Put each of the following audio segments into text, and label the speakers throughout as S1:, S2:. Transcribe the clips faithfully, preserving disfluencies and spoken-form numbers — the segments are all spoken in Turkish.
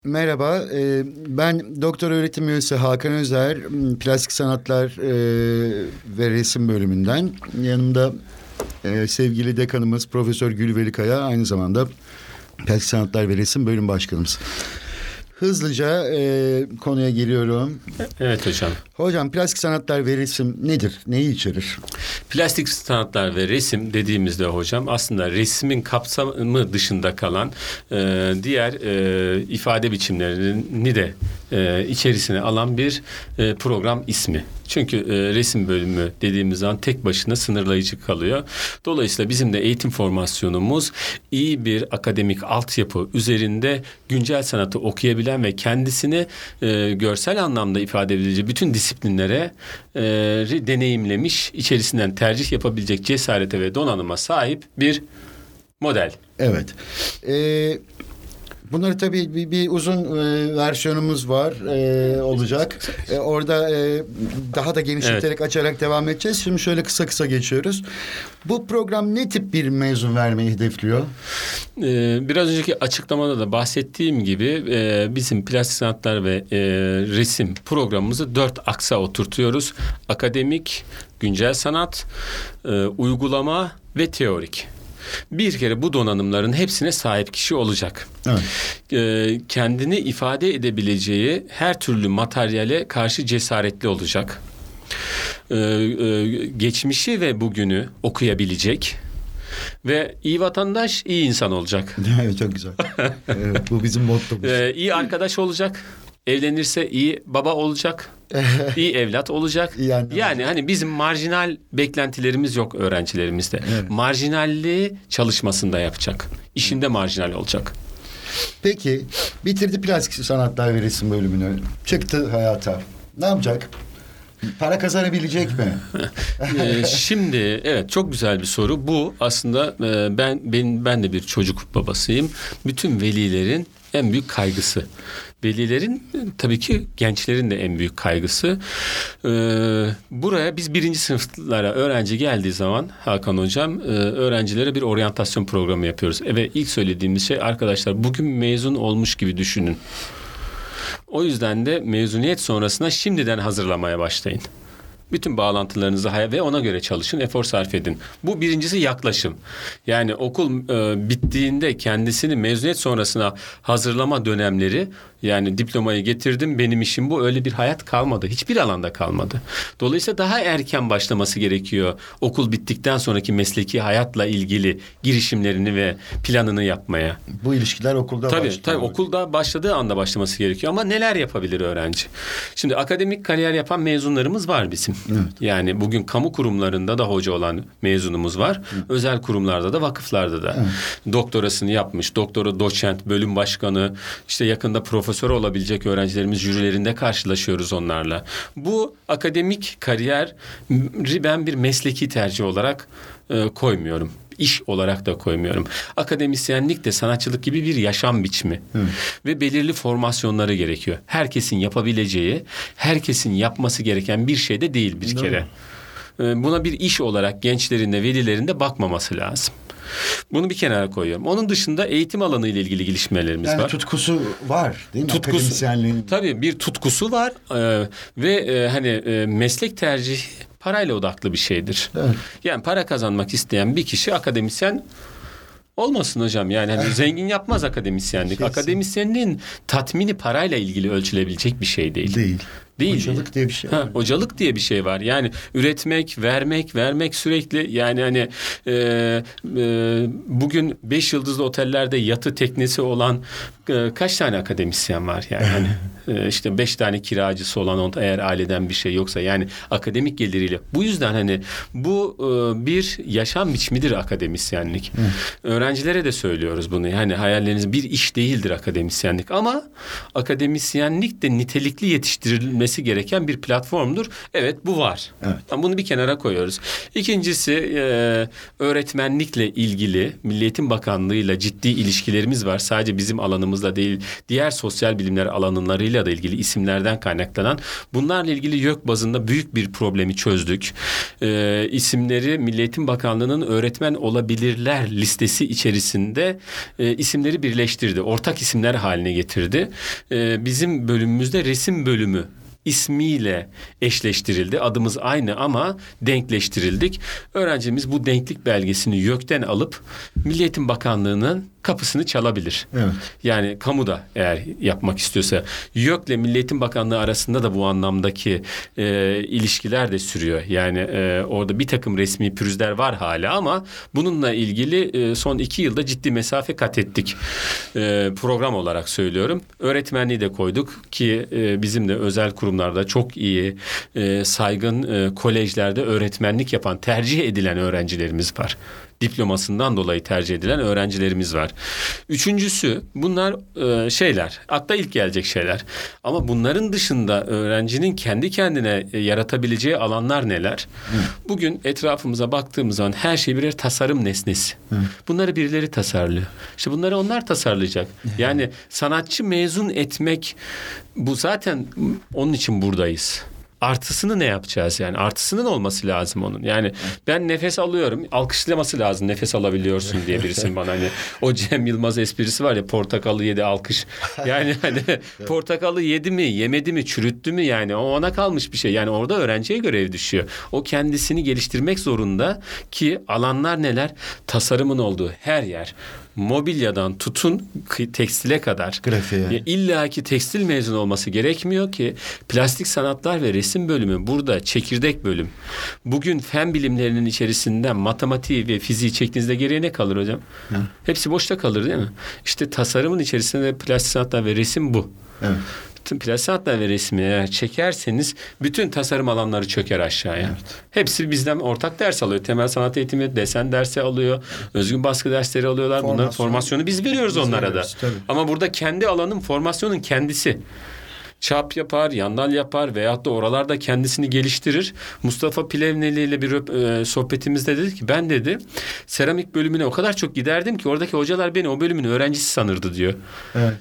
S1: Merhaba, e, ben doktor öğretim üyesi Hakan Özer, plastik sanatlar e, ve resim bölümünden. Yanımda e, sevgili dekanımız Profesör Gül Velikaya, aynı zamanda plastik sanatlar ve resim bölüm başkanımız. Hızlıca e, konuya giriyorum.
S2: Evet hocam.
S1: Hocam, plastik sanatlar ve resim nedir? Neyi içerir?
S2: Plastik sanatlar ve resim dediğimizde hocam aslında resmin kapsamı dışında kalan e, diğer e, ifade biçimlerini de e, içerisine alan bir e, program ismi. Çünkü e, resim bölümü dediğimiz zaman tek başına sınırlayıcı kalıyor. Dolayısıyla bizim de eğitim formasyonumuz iyi bir akademik altyapı üzerinde güncel sanatı okuyabilen ve kendisini e, görsel anlamda ifade edici bütün disiplinlere e, deneyimlemiş, içerisinden tercih yapabilecek cesarete ve donanıma sahip bir model.
S1: Evet. Evet. Bunları tabii bir, bir uzun e, versiyonumuz var e, olacak. E, orada e, daha da genişleterek evet. açarak devam edeceğiz. Şimdi şöyle kısa kısa geçiyoruz. Bu program ne tip bir mezun vermeyi hedefliyor?
S2: Ee, biraz önceki açıklamada da bahsettiğim gibi e, bizim plastik sanatlar ve e, resim programımızı dört aksa oturtuyoruz. Akademik, güncel sanat, e, uygulama ve teorik. Bir kere bu donanımların hepsine sahip kişi olacak. Evet. Ee, kendini ifade edebileceği her türlü materyale karşı cesaretli olacak. Ee, e, geçmişi ve bugünü okuyabilecek. Ve iyi vatandaş, iyi insan olacak.
S1: Evet, çok güzel. Evet, bu bizim mottomuz.
S2: Ee, iyi arkadaş olacak. Evlenirse iyi baba olacak. İyi evlat olacak. Yani, yani hani bizim marjinal beklentilerimiz yok öğrencilerimizde. Evet. Marjinalliği çalışmasında yapacak. İşinde marjinal olacak.
S1: Peki bitirdi plastik sanatlar ve resim bölümünü. Çıktı hayata. Ne yapacak? Para kazanabilecek mi?
S2: ee, şimdi evet, çok güzel bir soru. Bu aslında e, ben ben ben de bir çocuk babasıyım. Bütün velilerin en büyük kaygısı. Velilerin, tabii ki gençlerin de en büyük kaygısı. Ee, buraya biz birinci sınıflara öğrenci geldiği zaman Hakan Hocam e, öğrencilere bir oryantasyon programı yapıyoruz. Ve ilk söylediğimiz şey, arkadaşlar bugün mezun olmuş gibi düşünün. O yüzden de mezuniyet sonrasına şimdiden hazırlamaya başlayın. Bütün bağlantılarınızı ve ona göre çalışın, efor sarf edin. Bu birincisi yaklaşım. Yani okul e, bittiğinde kendisini mezuniyet sonrasına hazırlama dönemleri, yani diplomayı getirdim, benim işim bu, öyle bir hayat kalmadı. Hiçbir alanda kalmadı. Dolayısıyla daha erken başlaması gerekiyor okul bittikten sonraki mesleki hayatla ilgili girişimlerini ve planını yapmaya.
S1: Bu ilişkiler okulda
S2: tabii,
S1: başlıyor.
S2: Tabii okulda başladığı anda başlaması gerekiyor. Ama neler yapabilir öğrenci? Şimdi akademik kariyer yapan mezunlarımız var bizim. Evet. Yani bugün kamu kurumlarında da hoca olan mezunumuz var. Evet. Özel kurumlarda da, vakıflarda da. Evet. Doktorasını yapmış, doktora, doçent, bölüm başkanı, işte yakında profesör olabilecek öğrencilerimiz jürilerinde karşılaşıyoruz onlarla. Bu akademik kariyer ben bir mesleki tercih olarak e, koymuyorum. İş olarak da koymuyorum. Akademisyenlik de sanatçılık gibi bir yaşam biçimi. Evet. Ve belirli formasyonları gerekiyor. Herkesin yapabileceği, herkesin yapması gereken bir şey de değil bir kere. Ee, buna bir iş olarak gençlerin de velilerin de bakmaması lazım. Bunu bir kenara koyuyorum. Onun dışında eğitim alanı ile ilgili gelişmelerimiz yani var.
S1: Tutkusu var değil mi?
S2: Tutkusu, akademisyenliğin. Tabii bir tutkusu var ee, ve e, hani e, meslek tercihi parayla odaklı bir şeydir. Evet. Yani para kazanmak isteyen bir kişi akademisyen olmasın hocam. Yani hani zengin yapmaz akademisyenlik. Kesin. Akademisyenliğin tatmini parayla ilgili ölçülebilecek bir şey değil.
S1: Değil.
S2: Değil.
S1: Hocalık diye bir şey var.
S2: Ha, hocalık diye bir şey var. Yani üretmek, vermek, vermek sürekli. Yani hani e, e, bugün beş yıldızlı otellerde yatı teknesi olan e, kaç tane akademisyen var? Yani hani e, işte beş tane kiracısı olan, eğer aileden bir şey yoksa, yani akademik geliriyle. Bu yüzden hani bu e, bir yaşam biçimidir akademisyenlik. Hı. Öğrencilere de söylüyoruz bunu. Yani hayalleriniz bir iş değildir akademisyenlik, ama akademisyenlik de nitelikli yetiştirilme geliştirilmesi gereken bir platformdur. Evet, bu var.
S1: Evet.
S2: Ama bunu bir kenara koyuyoruz. İkincisi e, öğretmenlikle ilgili Milli Eğitim Bakanlığı'yla ciddi ilişkilerimiz var. Sadece bizim alanımızla değil, diğer sosyal bilimler alanlarıyla da ilgili isimlerden kaynaklanan. Bunlarla ilgili YÖK bazında büyük bir problemi çözdük. E, isimleri Milli Eğitim Bakanlığı'nın öğretmen olabilirler listesi içerisinde e, isimleri birleştirdi. Ortak isimler haline getirdi. E, bizim bölümümüzde resim bölümü ismiyle eşleştirildi. Adımız aynı ama denkleştirildik. Öğrencimiz bu denklik belgesini YÖK'ten alıp Milli Eğitim Bakanlığı'nın kapısını çalabilir.
S1: Evet.
S2: Yani kamuda eğer yapmak istiyorsa. YÖK'le Milli Eğitim Bakanlığı arasında da bu anlamdaki e, ilişkiler de sürüyor. Yani e, orada bir takım resmi pürüzler var hala ama bununla ilgili e, son iki yılda ciddi mesafe kat ettik. E, program olarak söylüyorum. Öğretmenliği de koyduk ki e, bizim de özel kurumlarda çok iyi e, saygın e, kolejlerde öğretmenlik yapan, tercih edilen öğrencilerimiz var. Diplomasından dolayı tercih edilen öğrencilerimiz var. Üçüncüsü, bunlar e, şeyler, akla ilk gelecek şeyler. Ama bunların dışında öğrencinin kendi kendine e, yaratabileceği alanlar neler? Hı. Bugün etrafımıza baktığımız zaman her şey birer tasarım nesnesi. Hı. Bunları birileri tasarlıyor. İşte bunları onlar tasarlayacak. Yani sanatçı mezun etmek, bu zaten onun için buradayız. Artısını ne yapacağız yani? Artısının olması lazım onun. Yani ben nefes alıyorum. Alkışlaması lazım. Nefes alabiliyorsun diye birisinin bana hani o Cem Yılmaz esprisi var ya, portakalı yedi alkış. Yani hani portakalı yedi mi, yemedi mi, çürüttü mü yani? O ona kalmış bir şey. Yani orada öğrenciye görev düşüyor. O kendisini geliştirmek zorunda ki alanlar neler? Tasarımın olduğu her yer. Mobilyadan tutun tekstile kadar.
S1: Grafiğe. Yani.
S2: İlla ki tekstil mezun olması gerekmiyor ki. Plastik sanatlar ve resim bölümü burada çekirdek bölüm. Bugün fen bilimlerinin içerisinden matematiği ve fiziği çektiğinizde geriye ne kalır hocam? Hı. Hepsi boşta kalır değil mi? İşte tasarımın içerisinde plastik sanatlar ve resim bu. Evet. Plastik sanatlar ve resmi eğer çekerseniz bütün tasarım alanları çöker aşağıya. Evet. Hepsi bizden ortak ders alıyor. Temel sanat eğitimi, desen dersi alıyor. Özgün baskı dersleri alıyorlar. Formasyon. Bunların formasyonu biz veriyoruz biz onlara veriyoruz, da. Tabii. Ama burada kendi alanın formasyonun kendisi. Çap yapar, yandal yapar veyahut da oralarda kendisini geliştirir. Mustafa Plevneli ile bir e, sohbetimizde dedi ki ben dedi seramik bölümüne o kadar çok giderdim ki oradaki hocalar beni o bölümün öğrencisi sanırdı diyor. Evet.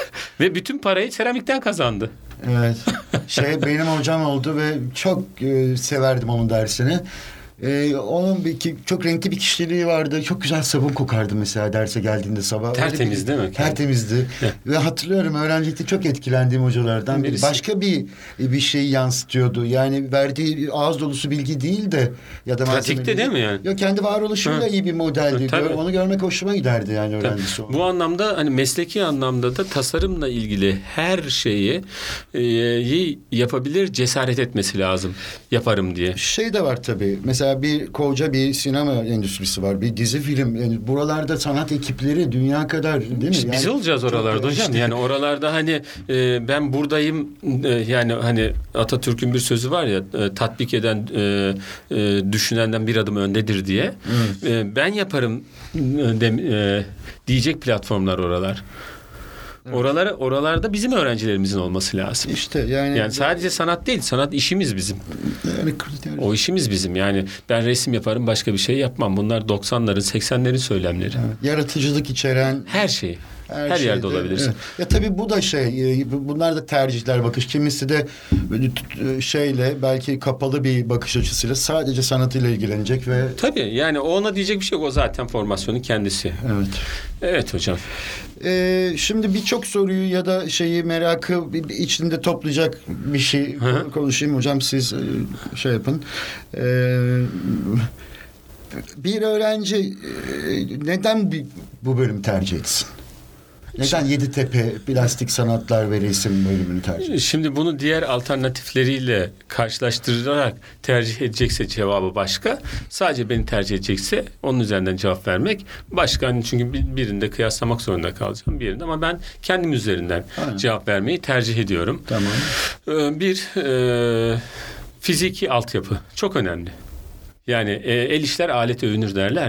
S2: Ve bütün parayı seramikten kazandı.
S1: Evet. Şey benim hocam oldu ve çok e, severdim onun dersini. Ee, onun bir, çok renkli bir kişiliği vardı. Çok güzel sabun kokardı mesela derse geldiğinde sabah.
S2: Tertemiz değil mi?
S1: Tertemizdi. Ve hatırlıyorum öğrencilikte çok etkilendiğim hocalardan biri. Başka bir bir şeyi yansıtıyordu. Yani verdiği ağız dolusu bilgi değil de ya da
S2: pratikte değil mi yani?
S1: Yok, kendi varoluşuyla iyi bir modeldi. Tabii. Onu görmek hoşuma giderdi yani öğrencisi.
S2: Bu anlamda hani mesleki anlamda da tasarımla ilgili her şeyi e, yapabilir, cesaret etmesi lazım. Yaparım diye.
S1: Şey de var tabii. Mesela bir koca bir sinema endüstrisi var. Bir dizi film. Yani buralarda sanat ekipleri dünya kadar değil mi?
S2: İşte yani, biz olacağız oralarda hocam. Işte. Yani oralarda hani e, ben buradayım e, yani hani Atatürk'ün bir sözü var ya e, tatbik eden e, e, düşünenden bir adım öndedir diye. Evet. E, ben yaparım de, e, diyecek platformlar oralar. Evet. Oralara, oralarda bizim öğrencilerimizin olması lazım.
S1: İşte yani.
S2: Yani sadece sanat değil, sanat işimiz bizim. Yani, yani. O işimiz bizim. Yani ben resim yaparım, başka bir şey yapmam. Bunlar doksanların, seksenlerin söylemleri. Evet.
S1: Yaratıcılık içeren.
S2: Her şey. Her, Her yerde olabilirsin. Evet.
S1: Ya tabii bu da şey, bunlar da tercihler, bakış. Kimisi de şeyle belki kapalı bir bakış açısıyla sadece sanatıyla ilgilenecek ve...
S2: Tabii yani ona diyecek bir şey yok. O zaten formasyonun kendisi.
S1: Evet.
S2: Evet hocam.
S1: Ee, şimdi birçok soruyu ya da şeyi merakı içinde toplayacak bir şey Hı-hı. konuşayım hocam, siz şey yapın. Ee, bir öğrenci neden bu bölümü tercih etsin? Neden Yeditepe Plastik Sanatlar ve Resim bölümünü tercih etsin?
S2: Şimdi bunu diğer alternatifleriyle karşılaştırarak tercih edecekse cevabı başka. Sadece beni tercih edecekse onun üzerinden cevap vermek başka. Hani çünkü birinde kıyaslamak zorunda kalacağım birinde, ama ben kendim üzerinden Aynen. cevap vermeyi tercih ediyorum.
S1: Tamam.
S2: Ee, bir e, fiziki altyapı çok önemli. Yani e, el işler alete övünür derler ya.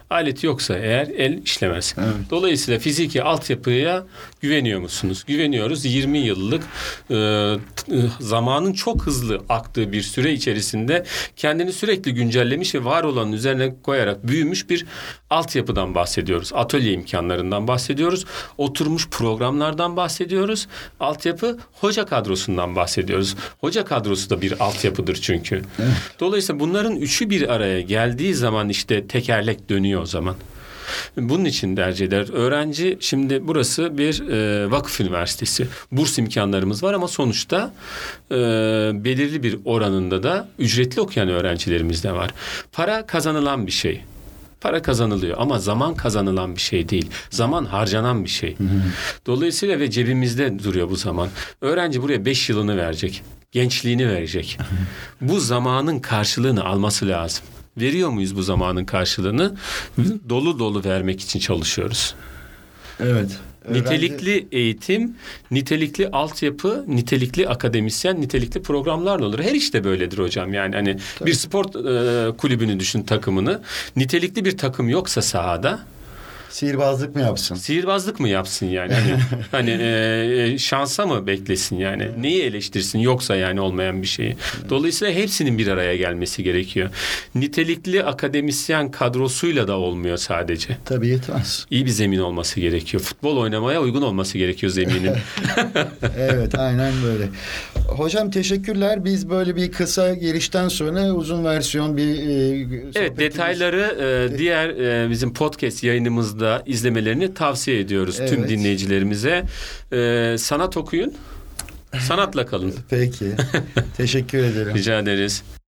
S2: Alet yoksa eğer el işlemez.
S1: Evet.
S2: Dolayısıyla fiziki altyapıya güveniyor musunuz? Güveniyoruz. yirmi yıllık e, zamanın çok hızlı aktığı bir süre içerisinde kendini sürekli güncellemiş ve var olanın üzerine koyarak büyümüş bir altyapıdan bahsediyoruz. Atölye imkanlarından bahsediyoruz. Oturmuş programlardan bahsediyoruz. Altyapı hoca kadrosundan bahsediyoruz. Hoca kadrosu da bir altyapıdır çünkü.
S1: Evet.
S2: Dolayısıyla bunların üçü bir araya geldiği zaman işte tekerlek dönüyor o zaman. Bunun için tercih eder. Öğrenci, şimdi burası bir e, vakıf üniversitesi. Burs imkanlarımız var ama sonuçta e, belirli bir oranında da ücretli okuyan öğrencilerimiz de var. Para kazanılan bir şey. Para kazanılıyor ama zaman kazanılan bir şey değil. Zaman harcanan bir şey. Dolayısıyla ve cebimizde duruyor bu zaman. Öğrenci buraya beş yılını verecek. Gençliğini verecek. Bu zamanın karşılığını alması lazım. Veriyor muyuz bu zamanın karşılığını? Dolu dolu vermek için çalışıyoruz.
S1: Evet. Öğrenci...
S2: Nitelikli eğitim, nitelikli altyapı, nitelikli akademisyen, nitelikli programlarla olur. Her işte böyledir hocam. Yani hani Tabii. bir spor e, kulübünü düşün, takımını. Nitelikli bir takım yoksa sahada,
S1: sihirbazlık mı yapsın?
S2: Sihirbazlık mı yapsın yani? Hani, hani e, şansa mı beklesin yani? Neyi eleştirsin yoksa yani olmayan bir şeyi? Dolayısıyla hepsinin bir araya gelmesi gerekiyor. Nitelikli akademisyen kadrosuyla da olmuyor sadece.
S1: Tabii yetmez.
S2: İyi bir zemin olması gerekiyor. Futbol oynamaya uygun olması gerekiyor zeminin.
S1: Evet, aynen böyle. Hocam teşekkürler. Biz böyle bir kısa girişten sonra uzun versiyon bir e,
S2: evet, detayları e, diğer e, bizim podcast yayınımızda da izlemelerini tavsiye ediyoruz evet. tüm dinleyicilerimize. Ee, sanat okuyun, sanatla kalın.
S1: Peki. Teşekkür ederim.
S2: Rica ederiz.